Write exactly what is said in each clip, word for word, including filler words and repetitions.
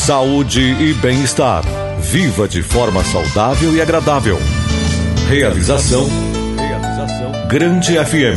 Saúde e bem-estar. Viva de forma saudável e agradável. Realização, Realização. Grande F M.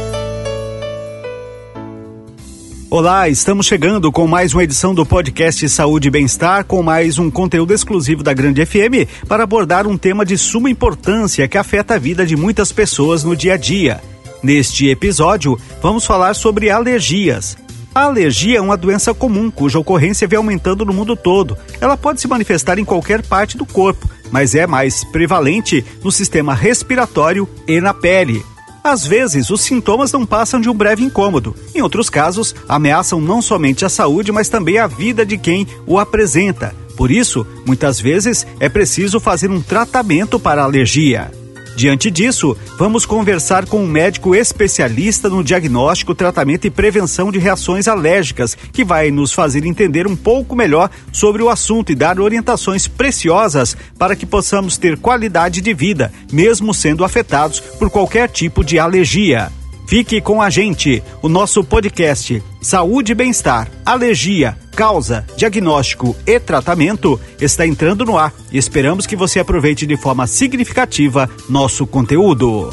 Olá, estamos chegando com mais uma edição do podcast Saúde e Bem-Estar, com mais um conteúdo exclusivo da Grande F M para abordar um tema de suma importância que afeta a vida de muitas pessoas no dia a dia. Neste episódio, vamos falar sobre alergias. A alergia é uma doença comum, cuja ocorrência vem aumentando no mundo todo. Ela pode se manifestar em qualquer parte do corpo, mas é mais prevalente no sistema respiratório e na pele. Às vezes, os sintomas não passam de um breve incômodo. Em outros casos, ameaçam não somente a saúde, mas também a vida de quem o apresenta. Por isso, muitas vezes, é preciso fazer um tratamento para a alergia. Diante disso, vamos conversar com um médico especialista no diagnóstico, tratamento e prevenção de reações alérgicas, que vai nos fazer entender um pouco melhor sobre o assunto e dar orientações preciosas para que possamos ter qualidade de vida, mesmo sendo afetados por qualquer tipo de alergia. Fique com a gente, o nosso podcast Saúde e Bem-Estar, Alergia, Causa, Diagnóstico e Tratamento está entrando no ar e esperamos que você aproveite de forma significativa nosso conteúdo.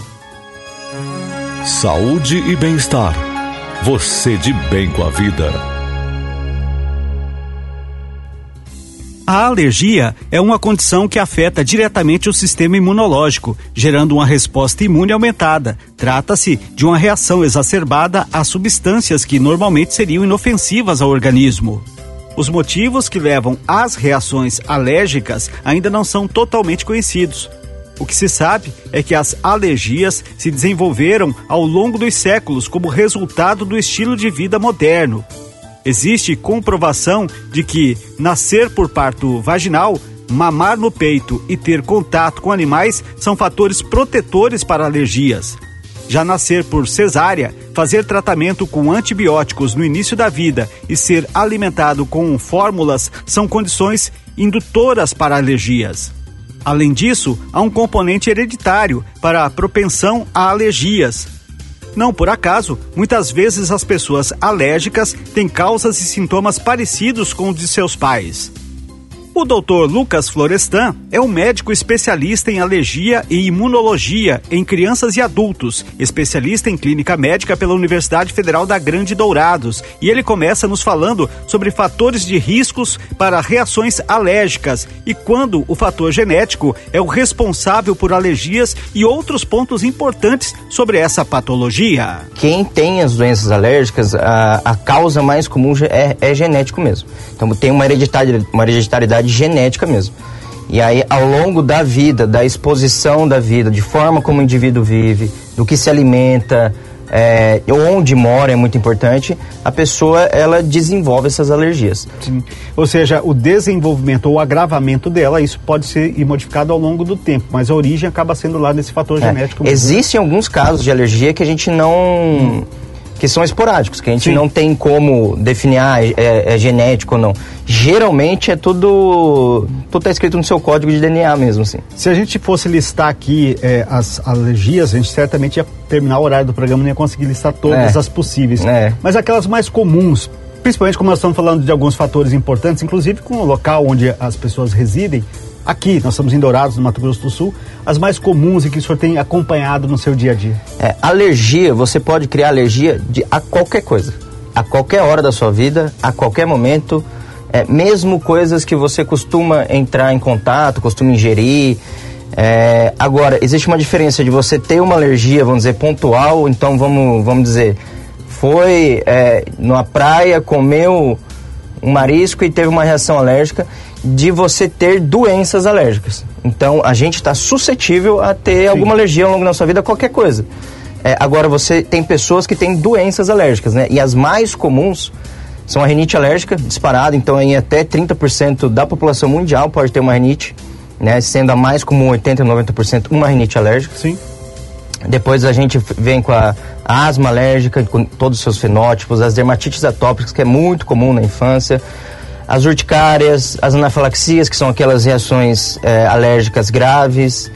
Saúde e bem-estar. Você de bem com a vida. A alergia é uma condição que afeta diretamente o sistema imunológico, gerando uma resposta imune aumentada. Trata-se de uma reação exacerbada a substâncias que normalmente seriam inofensivas ao organismo. Os motivos que levam às reações alérgicas ainda não são totalmente conhecidos. O que se sabe é que as alergias se desenvolveram ao longo dos séculos como resultado do estilo de vida moderno. Existe comprovação de que nascer por parto vaginal, mamar no peito e ter contato com animais são fatores protetores para alergias. Já nascer por cesárea, fazer tratamento com antibióticos no início da vida e ser alimentado com fórmulas são condições indutoras para alergias. Além disso, há um componente hereditário para a propensão a alergias. Não por acaso, muitas vezes as pessoas alérgicas têm causas e sintomas parecidos com os de seus pais. O doutor Lucas Florestan é um médico especialista em alergia e imunologia em crianças e adultos, especialista em clínica médica pela Universidade Federal da Grande Dourados, e ele começa nos falando sobre fatores de riscos para reações alérgicas e quando o fator genético é o responsável por alergias e outros pontos importantes sobre essa patologia. Quem tem as doenças alérgicas, a, a causa mais comum é, é genético mesmo. Então tem uma hereditariedade, uma hereditariedade genética mesmo. E aí, ao longo da vida, da exposição da vida, de forma como o indivíduo vive, do que se alimenta, é, onde mora, é muito importante, a pessoa, ela desenvolve essas alergias. Sim. Ou seja, o desenvolvimento ou o agravamento dela, isso pode ser modificado ao longo do tempo, mas a origem acaba sendo lá nesse fator é. genético. Mesmo. Existem alguns casos de alergia que a gente não... Hum. que são esporádicos, que a gente Sim. não tem como definir, ah, é, é genético ou não. Geralmente é tudo, tudo tá escrito no seu código de D N A mesmo, assim. Se a gente fosse listar aqui é, as alergias, a gente certamente ia terminar o horário do programa e não ia conseguir listar todas é. as possíveis. É. Mas aquelas mais comuns, principalmente como nós estamos falando de alguns fatores importantes, inclusive com o local onde as pessoas residem, aqui, nós estamos em Dourados, no Mato Grosso do Sul, as mais comuns e que o senhor tem acompanhado no seu dia a dia. É, alergia, você pode criar alergia de, a qualquer coisa. A qualquer hora da sua vida, a qualquer momento, é, mesmo coisas que você costuma entrar em contato, costuma ingerir. É, agora, existe uma diferença de você ter uma alergia, vamos dizer, pontual, então vamos, vamos dizer, foi é, numa praia, comeu um marisco e teve uma reação alérgica, de você ter doenças alérgicas. Então, a gente está suscetível a ter Sim. alguma alergia ao longo da sua vida, qualquer coisa. É, agora, você tem pessoas que têm doenças alérgicas, né? E as mais comuns são a rinite alérgica, disparada. Então, aí até trinta por cento da população mundial pode ter uma rinite, né? Sendo a mais comum, oitenta por cento, noventa por cento, uma rinite alérgica. Sim. Depois a gente vem com a asma alérgica, com todos os seus fenótipos, as dermatites atópicas, que é muito comum na infância, as urticárias, as anafilaxias, que são aquelas reações é, alérgicas graves.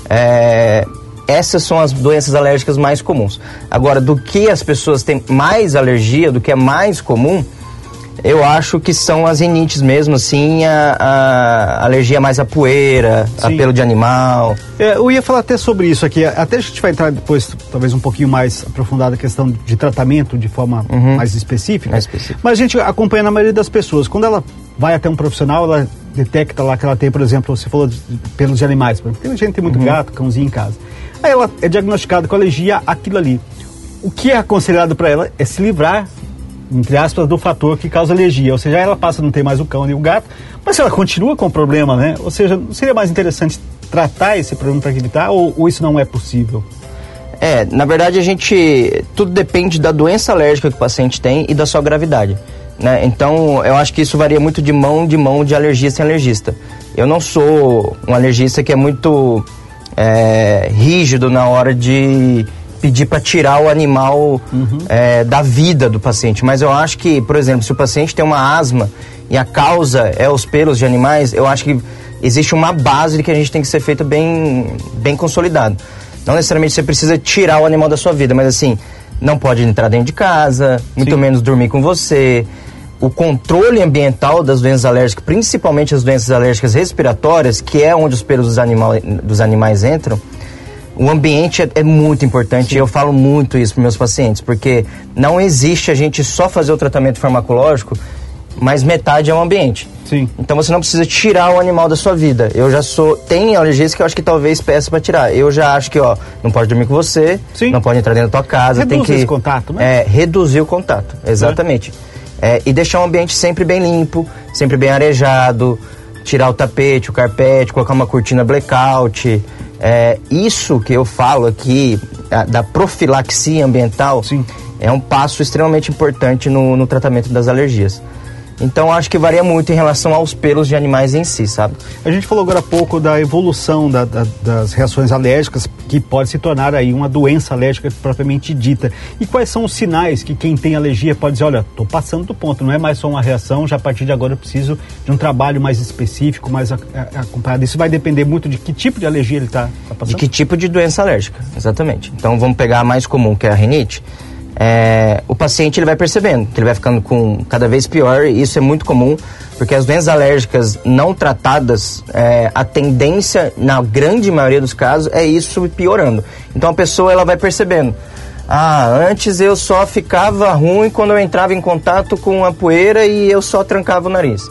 É, essas são as doenças alérgicas mais comuns. Agora, do que as pessoas têm mais alergia, do que é mais comum, Eu acho que são as rinites mesmo, assim, a, a alergia mais à poeira, a pelo de animal. É, eu ia falar até sobre isso aqui, até a gente vai entrar depois, talvez um pouquinho mais aprofundada a questão de tratamento de forma uhum. mais específica. Mais específica. Mas a gente acompanha na maioria das pessoas, quando ela vai até um profissional, ela detecta lá que ela tem, por exemplo, você falou de pelos de animais, por exemplo, tem gente que tem muito uhum. gato, cãozinho em casa. Aí ela é diagnosticada com alergia àquilo ali. O que é aconselhado para ela é se livrar, entre aspas, do fator que causa alergia. Ou seja, ela passa a não ter mais o cão nem o gato, mas ela continua com o problema, né? Ou seja, não seria mais interessante tratar esse problema para evitar, ou, ou isso não é possível? É, na verdade a gente, tudo depende da doença alérgica que o paciente tem e da sua gravidade, né? Então, eu acho que isso varia muito de mão de mão de alergista em alergista. Eu não sou um alergista que é muito é, rígido na hora de pedir para tirar o animal uhum. é, da vida do paciente, mas eu acho que, por exemplo, se o paciente tem uma asma e a causa é os pelos de animais, eu acho que existe uma base de que a gente tem que ser feito bem, bem consolidado. Não necessariamente você precisa tirar o animal da sua vida, mas assim, não pode entrar dentro de casa, muito Sim. menos dormir com você. O controle ambiental das doenças alérgicas, principalmente as doenças alérgicas respiratórias, que é onde os pelos dos, animal, dos animais entram, o ambiente é, é muito importante. Sim. E eu falo muito isso para meus pacientes, porque não existe a gente só fazer o tratamento farmacológico, mas metade é o ambiente. Sim. Então você não precisa tirar o animal da sua vida. Eu já sou... Tem alergias que eu acho que talvez peça para tirar. Eu já acho que, ó, não pode dormir com você, Sim. não pode entrar dentro da tua casa. Reduzir tem que, esse contato, né? É, reduzir o contato, exatamente. É. É, e deixar o ambiente sempre bem limpo, sempre bem arejado, tirar o tapete, o carpete, colocar uma cortina blackout. É, isso que eu falo aqui, a, da profilaxia ambiental, Sim. é um passo extremamente importante no, no tratamento das alergias. Então, acho que varia muito em relação aos pelos de animais em si, sabe? A gente falou agora há pouco da evolução da, da, das reações alérgicas, que pode se tornar aí uma doença alérgica propriamente dita. E quais são os sinais que quem tem alergia pode dizer, olha, estou passando do ponto, não é mais só uma reação, já a partir de agora eu preciso de um trabalho mais específico, mais acompanhado. Isso vai depender muito de que tipo de alergia ele está tá passando? De que tipo de doença alérgica, exatamente. Então, vamos pegar a mais comum, que é a rinite. É, o paciente ele vai percebendo que ele vai ficando com cada vez pior, e isso é muito comum, porque as doenças alérgicas não tratadas, é, a tendência, na grande maioria dos casos, é isso piorando. Então a pessoa ela vai percebendo, ah, antes eu só ficava ruim quando eu entrava em contato com a poeira e eu só trancava o nariz.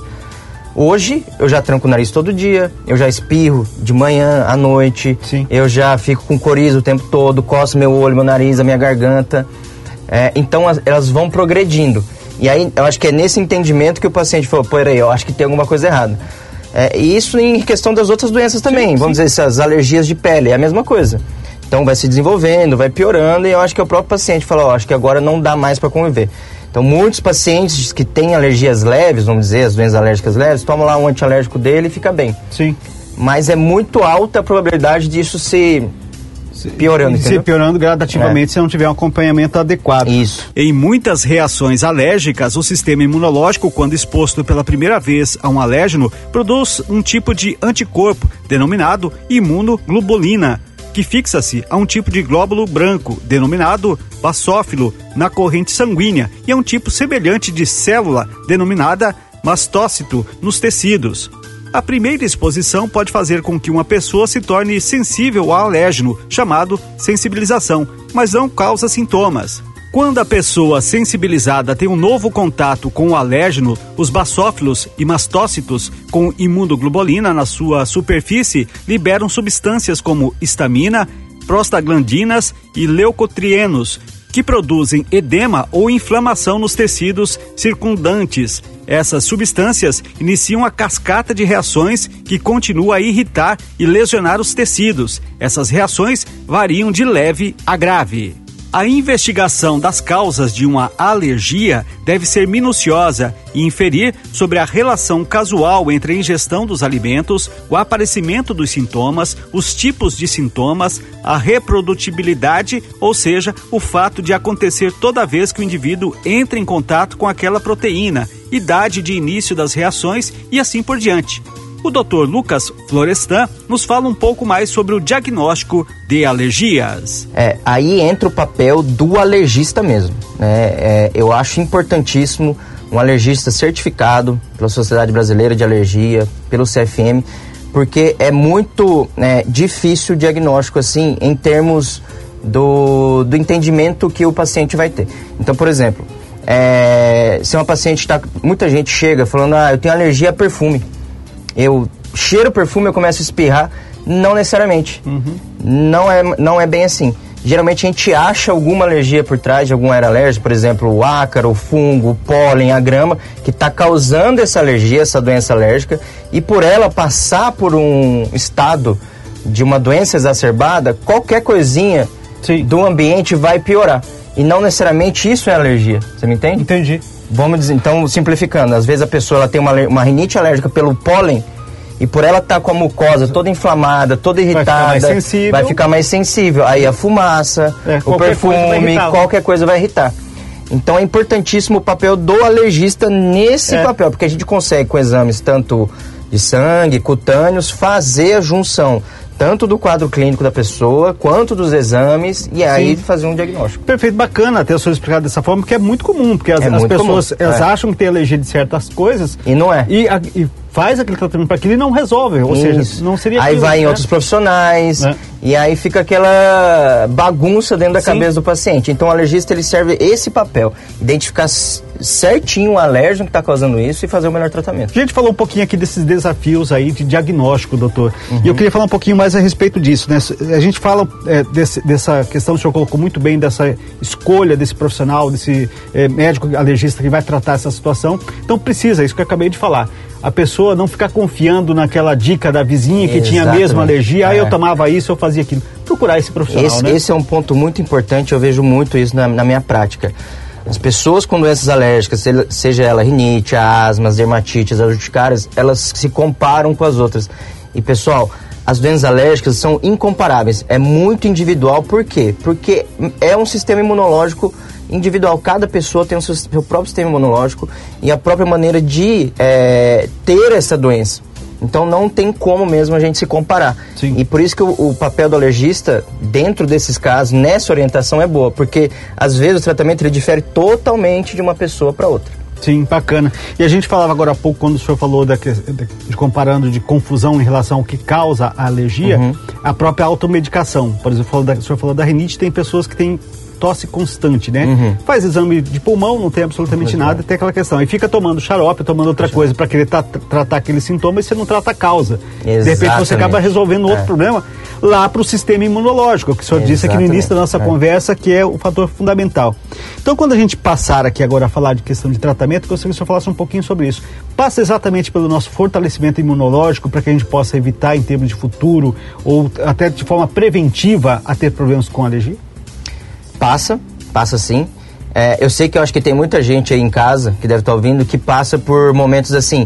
Hoje eu já tranco o nariz todo dia, eu já espirro de manhã, à noite, Sim. eu já fico com coriza o tempo todo, coço meu olho, meu nariz, a minha garganta. É, então as, elas vão progredindo. E aí eu acho que é nesse entendimento que o paciente falou, pô, peraí, eu acho que tem alguma coisa errada. É, e isso em questão das outras doenças também, sim, vamos sim. dizer, essas alergias de pele, é a mesma coisa. Então vai se desenvolvendo, vai piorando, e eu acho que o próprio paciente fala, ó, acho que agora não dá mais para conviver. Então muitos pacientes que têm alergias leves, vamos dizer, as doenças alérgicas leves, tomam lá um antialérgico dele e fica bem. Sim. Mas é muito alta a probabilidade disso se... piorando, se piorando gradativamente é. se não tiver um acompanhamento adequado. Isso. Em muitas reações alérgicas, o sistema imunológico, quando exposto pela primeira vez a um alérgeno, produz um tipo de anticorpo denominado imunoglobulina, que fixa-se a um tipo de glóbulo branco, denominado basófilo, na corrente sanguínea, e é um tipo semelhante de célula, denominada mastócito, nos tecidos. A primeira exposição pode fazer com que uma pessoa se torne sensível ao alérgeno, chamado sensibilização, mas não causa sintomas. Quando a pessoa sensibilizada tem um novo contato com o alérgeno, os basófilos e mastócitos com imunoglobulina na sua superfície liberam substâncias como histamina, prostaglandinas e leucotrienos, que produzem edema ou inflamação nos tecidos circundantes. Essas substâncias iniciam a cascata de reações que continua a irritar e lesionar os tecidos. Essas reações variam de leve a grave. A investigação das causas de uma alergia deve ser minuciosa e inferir sobre a relação casual entre a ingestão dos alimentos, o aparecimento dos sintomas, os tipos de sintomas, a reprodutibilidade, ou seja, o fato de acontecer toda vez que o indivíduo entra em contato com aquela proteína, idade de início das reações e assim por diante. O doutor Lucas Florestan nos fala um pouco mais sobre o diagnóstico de alergias. É, aí entra o papel do alergista mesmo, né? É, eu acho importantíssimo um alergista certificado pela Sociedade Brasileira de Alergia, pelo C F M, porque é muito é, difícil o diagnóstico, assim, em termos do, do entendimento que o paciente vai ter. Então, por exemplo, é, se uma paciente tá, muita gente chega falando, ah, eu tenho alergia a perfume, eu cheiro perfume, eu começo a espirrar. Não necessariamente, uhum. não, é, não é bem assim. Geralmente a gente acha alguma alergia por trás de alguma era alérgica, por exemplo, o ácaro, o fungo, o pólen, a grama, que está causando essa alergia, essa doença alérgica, e por ela passar por um estado de uma doença exacerbada, qualquer coisinha Sim. do ambiente vai piorar. E não necessariamente isso é alergia, você me entende? Entendi. Vamos dizer, então, simplificando, às vezes a pessoa ela tem uma, uma rinite alérgica pelo pólen, e por ela estar tá com a mucosa toda inflamada, toda irritada, vai ficar mais sensível, vai ficar mais sensível. Aí a fumaça, é, o perfume, qualquer coisa vai irritar. Então é importantíssimo o papel do alergista nesse é. papel, porque a gente consegue com exames tanto de sangue, cutâneos, fazer a junção tanto do quadro clínico da pessoa, quanto dos exames, e aí Sim. fazer um diagnóstico. Perfeito, bacana ter a sua explicado dessa forma, porque é muito comum, porque as, é as pessoas elas é. acham que tem alergia de certas coisas. E não é. E, a, e faz aquele tratamento para aquilo e não resolve, ou Isso. seja, não seria Aí aquilo, vai né? em outros profissionais, é. e aí fica aquela bagunça dentro da Sim. cabeça do paciente. Então o alergista, ele serve esse papel, identificar certinho o alérgeno que está causando isso e fazer o melhor tratamento. A gente falou um pouquinho aqui desses desafios aí de diagnóstico, doutor, uhum. e eu queria falar um pouquinho mais a respeito disso, né? A gente fala é, desse, dessa questão, o senhor colocou muito bem, dessa escolha desse profissional, desse é, médico alergista que vai tratar essa situação. Então precisa, isso que eu acabei de falar, a pessoa não ficar confiando naquela dica da vizinha que Exatamente. tinha a mesma alergia, aí é. eu tomava isso, eu fazia aquilo. Procurar esse profissional, esse, né? Esse é um ponto muito importante, eu vejo muito isso na, na minha prática. As pessoas com doenças alérgicas, seja ela rinite, asma, as dermatites, as urticárias, elas se comparam com as outras. E pessoal, as doenças alérgicas são incomparáveis, é muito individual. Por quê? Porque é um sistema imunológico individual, cada pessoa tem o seu, seu próprio sistema imunológico e a própria maneira de é, ter essa doença. Então não tem como mesmo a gente se comparar. Sim. E por isso que o, o papel do alergista, dentro desses casos, nessa orientação é boa, porque às vezes o tratamento ele difere totalmente de uma pessoa para outra. Sim, bacana. E a gente falava agora há pouco, quando o senhor falou da, de, de comparando de confusão em relação ao que causa a alergia, uhum. a própria automedicação. Por exemplo, falou da, o senhor falou da rinite, tem pessoas que têm tosse constante, né? Uhum. Faz exame de pulmão, não tem absolutamente uhum. nada, tem aquela questão. E fica tomando xarope, tomando outra Xarope. coisa para querer tra tratar aquele sintoma e você não trata a causa. Exatamente. De repente você acaba resolvendo outro é. problema lá para o sistema imunológico, que o senhor Exatamente. disse aqui no início da nossa é. conversa, que é o fator fundamental. Então, quando a gente passar aqui agora a falar de questão de tratamento, eu gostaria que o senhor falasse um pouquinho sobre isso. Passa exatamente pelo nosso fortalecimento imunológico para que a gente possa evitar, em termos de futuro, ou até de forma preventiva, a ter problemas com alergia? Passa. Passa sim. É, eu sei que eu acho que tem muita gente aí em casa que deve estar ouvindo que passa por momentos assim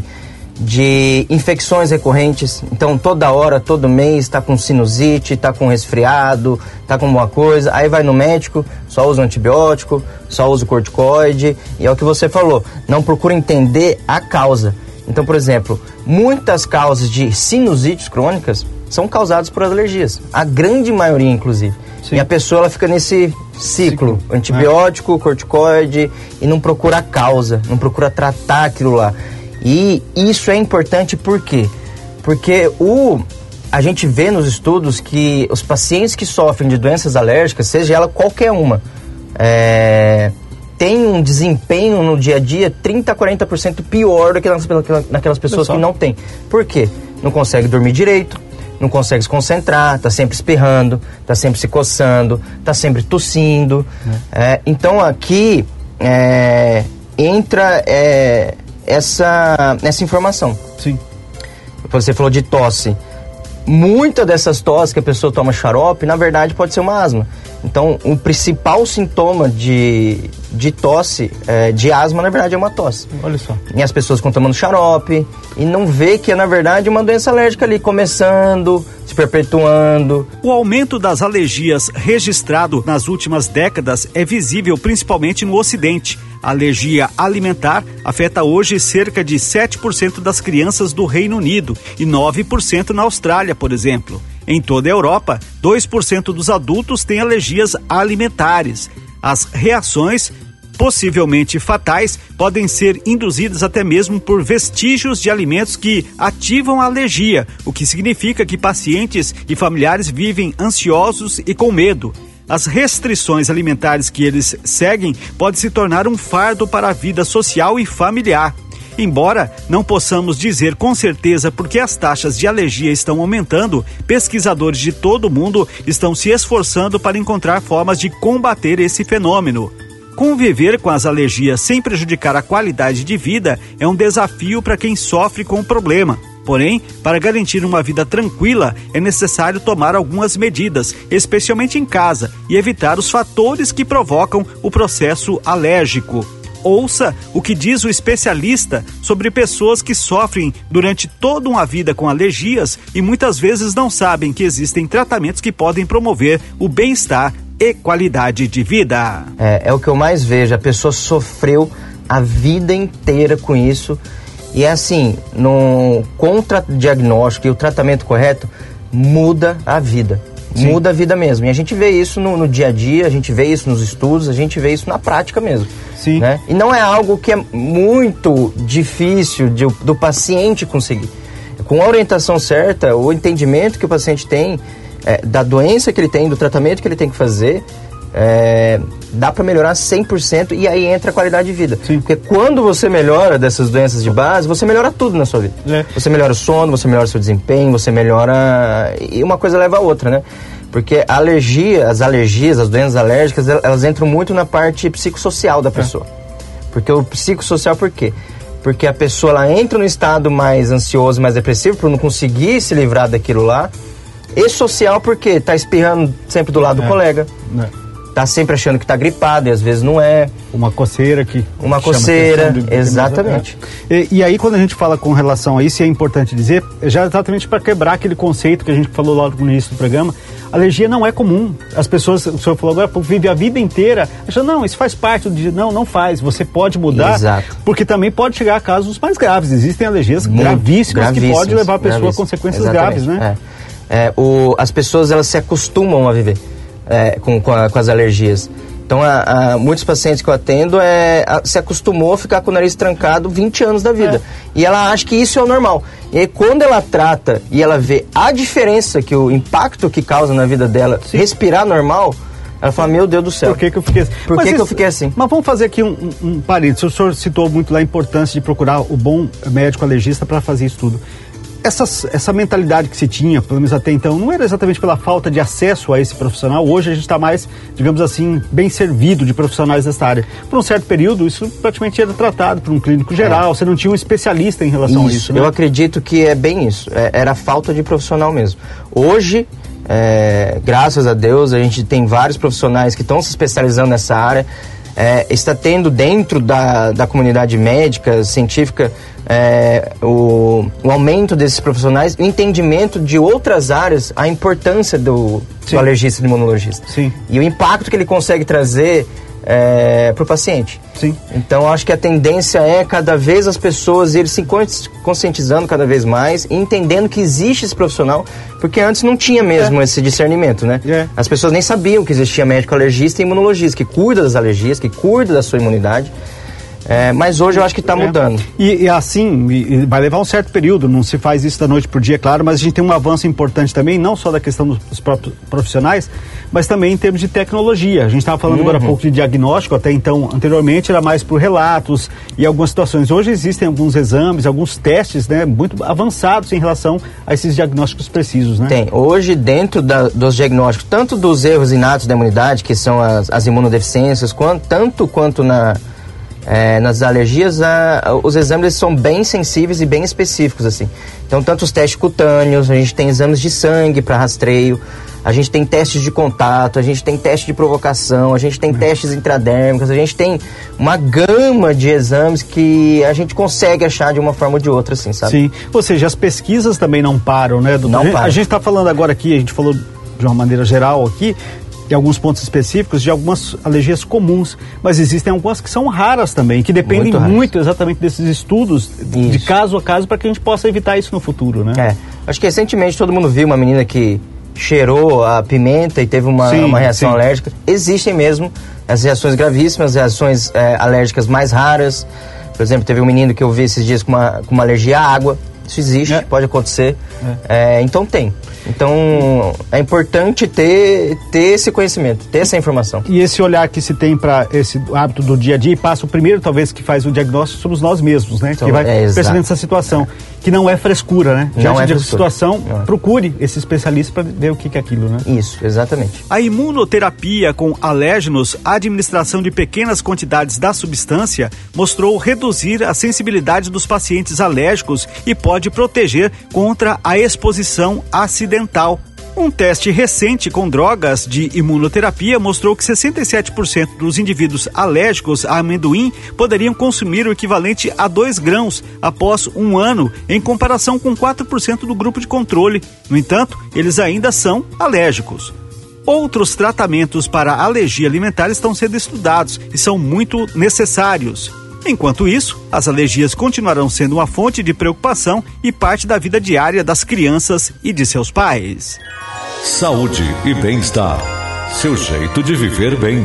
de infecções recorrentes. Então toda hora, todo mês está com sinusite, está com resfriado, está com alguma coisa. Aí vai no médico, só usa antibiótico, só usa corticoide. E é o que você falou, não procura entender a causa. Então, por exemplo, muitas causas de sinusites crônicas são causadas por alergias. A grande maioria, inclusive. Sim. E a pessoa ela fica nesse ciclo, ciclo. antibiótico, é. corticoide, e não procura a causa, não procura tratar aquilo lá. E isso é importante por quê? Porque o, a gente vê nos estudos que os pacientes que sofrem de doenças alérgicas, seja ela qualquer uma, é, tem um desempenho no dia a dia trinta a quarenta por cento pior do que naquelas, naquelas pessoas que não têm. Por quê? Não consegue dormir direito, não consegue se concentrar, tá sempre espirrando, tá sempre se coçando, tá sempre tossindo. É. É, então aqui é, entra é, essa, essa informação. Sim. Você falou de tosse. Muita dessas tosses que a pessoa toma xarope, na verdade pode ser uma asma. Então o principal sintoma de, de tosse, é, de asma, na verdade é uma tosse. Olha só. E as pessoas ficam tomando xarope e não vê que é na verdade uma doença alérgica ali começando, se perpetuando. O aumento das alergias registrado nas últimas décadas é visível principalmente no Ocidente. A alergia alimentar afeta hoje cerca de sete por cento das crianças do Reino Unido e nove por cento na Austrália, por exemplo. Em toda a Europa, dois por cento dos adultos têm alergias alimentares. As reações possivelmente fatais, podem ser induzidas até mesmo por vestígios de alimentos que ativam a alergia, o que significa que pacientes e familiares vivem ansiosos e com medo. As restrições alimentares que eles seguem podem se tornar um fardo para a vida social e familiar. Embora não possamos dizer com certeza porque as taxas de alergia estão aumentando, pesquisadores de todo o mundo estão se esforçando para encontrar formas de combater esse fenômeno. Conviver com as alergias sem prejudicar a qualidade de vida é um desafio para quem sofre com o problema. Porém, para garantir uma vida tranquila, é necessário tomar algumas medidas, especialmente em casa, e evitar os fatores que provocam o processo alérgico. Ouça o que diz o especialista sobre pessoas que sofrem durante toda uma vida com alergias e muitas vezes não sabem que existem tratamentos que podem promover o bem-estar e qualidade de vida. É, é o que eu mais vejo, a pessoa sofreu a vida inteira com isso. E é assim, no contra-diagnóstico e o tratamento correto muda a vida. Sim. Muda a vida mesmo. E a gente vê isso no, no dia a dia, a gente vê isso nos estudos, a gente vê isso na prática mesmo. Sim. Né? E não é algo que é muito difícil de, do paciente conseguir. Com a orientação certa, o entendimento que o paciente tem é, da doença que ele tem, do tratamento que ele tem que fazer, É, dá para melhorar cem por cento e aí entra a qualidade de vida. Sim. Porque quando você melhora dessas doenças de base, você melhora tudo na sua vida. É. Você melhora o sono, você melhora o seu desempenho, você melhora... E uma coisa leva a outra, né? Porque a alergia, as alergias, as doenças alérgicas, elas entram muito na parte psicossocial da pessoa. É. Porque o psicossocial, por quê? Porque a pessoa ela entra num estado mais ansioso, mais depressivo, por não conseguir se livrar daquilo lá. E social, porque tá espirrando sempre do lado é. do colega. É. Tá sempre achando que tá gripado e às vezes não é. Uma coceira que... Uma coceira, de, de exatamente. É. E, e aí quando a gente fala com relação a isso, é importante dizer, já exatamente para quebrar aquele conceito que a gente falou logo no início do programa, alergia não é comum. As pessoas, o senhor falou agora, vive a vida inteira achando, não, isso faz parte do dia. Não, não faz. Você pode mudar. Exato. Porque também pode chegar a casos mais graves. Existem alergias Muito gravíssimas, gravíssimas que podem levar a pessoa a consequências exatamente. graves, né? É. É, o, as pessoas, elas se acostumam a viver. É, com, com, a, com as alergias. Então, a, a, muitos pacientes que eu atendo é, a, se acostumou a ficar com o nariz trancado vinte anos da vida. É. E ela acha que isso é o normal. E aí, quando ela trata e ela vê a diferença, que o impacto que causa na vida dela, Sim. respirar normal, ela fala, meu Deus do céu. Por que, que eu fiquei assim? Por que, isso, que eu fiquei assim? Mas vamos fazer aqui um, um, um parênteses. O senhor citou muito lá a importância de procurar o bom médico alergista para fazer isso tudo. Essas, essa mentalidade que se tinha, pelo menos até então, não era exatamente pela falta de acesso a esse profissional. Hoje a gente está mais, digamos assim, bem servido de profissionais dessa área. Por um certo período, isso praticamente era tratado por um clínico geral, é. Você não tinha um especialista em relação isso, a isso. Né? Eu acredito que é bem isso, é, era falta de profissional mesmo. Hoje, é, graças a Deus, a gente tem vários profissionais que estão se especializando nessa área, é, está tendo dentro da, da comunidade médica, científica, É, o, o aumento desses profissionais, o entendimento de outras áreas, a importância do, do alergista e do imunologista. Sim. E o impacto que ele consegue trazer é, para o paciente. Sim. Então, acho que a tendência é cada vez as pessoas irem se conscientizando cada vez mais e entendendo que existe esse profissional, porque antes não tinha mesmo é. esse discernimento, né? É. As pessoas nem sabiam que existia médico alergista e imunologista, que cuida das alergias, que cuida da sua imunidade. É, mas hoje eu acho que está mudando. É. E, e assim, e vai levar um certo período, não se faz isso da noite para o dia, claro, mas a gente tem um avanço importante também, não só da questão dos próprios profissionais, mas também em termos de tecnologia. A gente estava falando uhum. agora há pouco de diagnóstico, até então, anteriormente era mais por relatos e algumas situações. Hoje existem alguns exames, alguns testes, né, muito avançados em relação a esses diagnósticos precisos, né? Tem. Hoje, dentro da, dos diagnósticos, tanto dos erros inatos da imunidade, que são as, as imunodeficiências, quanto, tanto quanto na... É, nas alergias, a, os exames são bem sensíveis e bem específicos, assim. Então, tanto os testes cutâneos, a gente tem exames de sangue para rastreio, a gente tem testes de contato, a gente tem teste de provocação, a gente tem testes intradérmicos, a gente tem uma gama de exames que a gente consegue achar de uma forma ou de outra, assim, sabe? Sim, ou seja, as pesquisas também não param, né, doutor? Não param. A gente está falando agora aqui, a gente falou de uma maneira geral aqui, em alguns pontos específicos, de algumas alergias comuns, mas existem algumas que são raras também, que dependem muito, muito exatamente desses estudos, isso. de caso a caso, para que a gente possa evitar isso no futuro, né? É, acho que recentemente todo mundo viu uma menina que cheirou a pimenta e teve uma, sim, uma reação sim. alérgica. Existem mesmo as reações gravíssimas, reações é, alérgicas mais raras. Por exemplo, teve um menino que eu vi esses dias com uma, com uma alergia à água. Isso existe, é. pode acontecer. É. É, então tem. Então é importante ter, ter esse conhecimento, ter essa informação. E esse olhar que se tem para esse hábito do dia a dia, e passa o primeiro, talvez, que faz o diagnóstico, somos nós mesmos, né? Então, que vai é, percebendo essa situação, que não é frescura, né? Não é de frescura. situação, não é. procure esse especialista para ver o que, que é aquilo, né? Isso, exatamente. A imunoterapia com alérgenos, a administração de pequenas quantidades da substância, mostrou reduzir a sensibilidade dos pacientes alérgicos e pode proteger contra a exposição acidental. Um teste recente com drogas de imunoterapia mostrou que sessenta e sete por cento dos indivíduos alérgicos a amendoim poderiam consumir o equivalente a dois grãos após um ano, em comparação com quatro por cento do grupo de controle. No entanto, eles ainda são alérgicos. Outros tratamentos para alergia alimentar estão sendo estudados e são muito necessários. Enquanto isso, as alergias continuarão sendo uma fonte de preocupação e parte da vida diária das crianças e de seus pais. Saúde e bem-estar. Seu jeito de viver bem.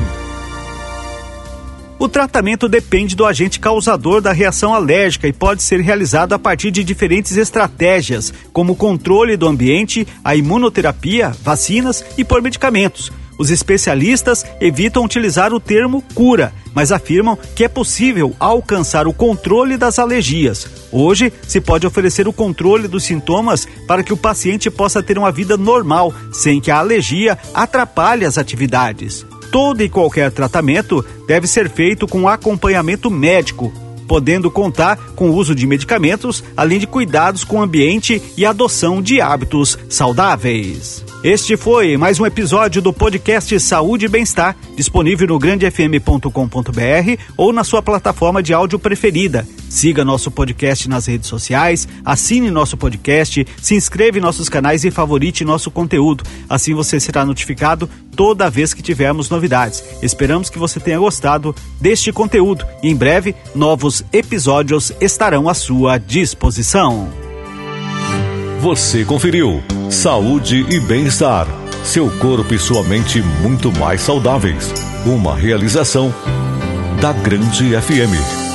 O tratamento depende do agente causador da reação alérgica e pode ser realizado a partir de diferentes estratégias, como o controle do ambiente, a imunoterapia, vacinas e por medicamentos. Os especialistas evitam utilizar o termo cura, mas afirmam que é possível alcançar o controle das alergias. Hoje, se pode oferecer o controle dos sintomas para que o paciente possa ter uma vida normal, sem que a alergia atrapalhe as atividades. Todo e qualquer tratamento deve ser feito com acompanhamento médico, podendo contar com o uso de medicamentos, além de cuidados com o ambiente e adoção de hábitos saudáveis. Este foi mais um episódio do podcast Saúde e Bem-Estar, disponível no grande f m ponto com ponto b r ou na sua plataforma de áudio preferida. Siga nosso podcast nas redes sociais, assine nosso podcast, se inscreva em nossos canais e favorite nosso conteúdo. Assim você será notificado toda vez que tivermos novidades. Esperamos que você tenha gostado deste conteúdo e em breve novos episódios estarão à sua disposição. Você conferiu Saúde e Bem-Estar. Seu corpo e sua mente muito mais saudáveis. Uma realização da Grande F M.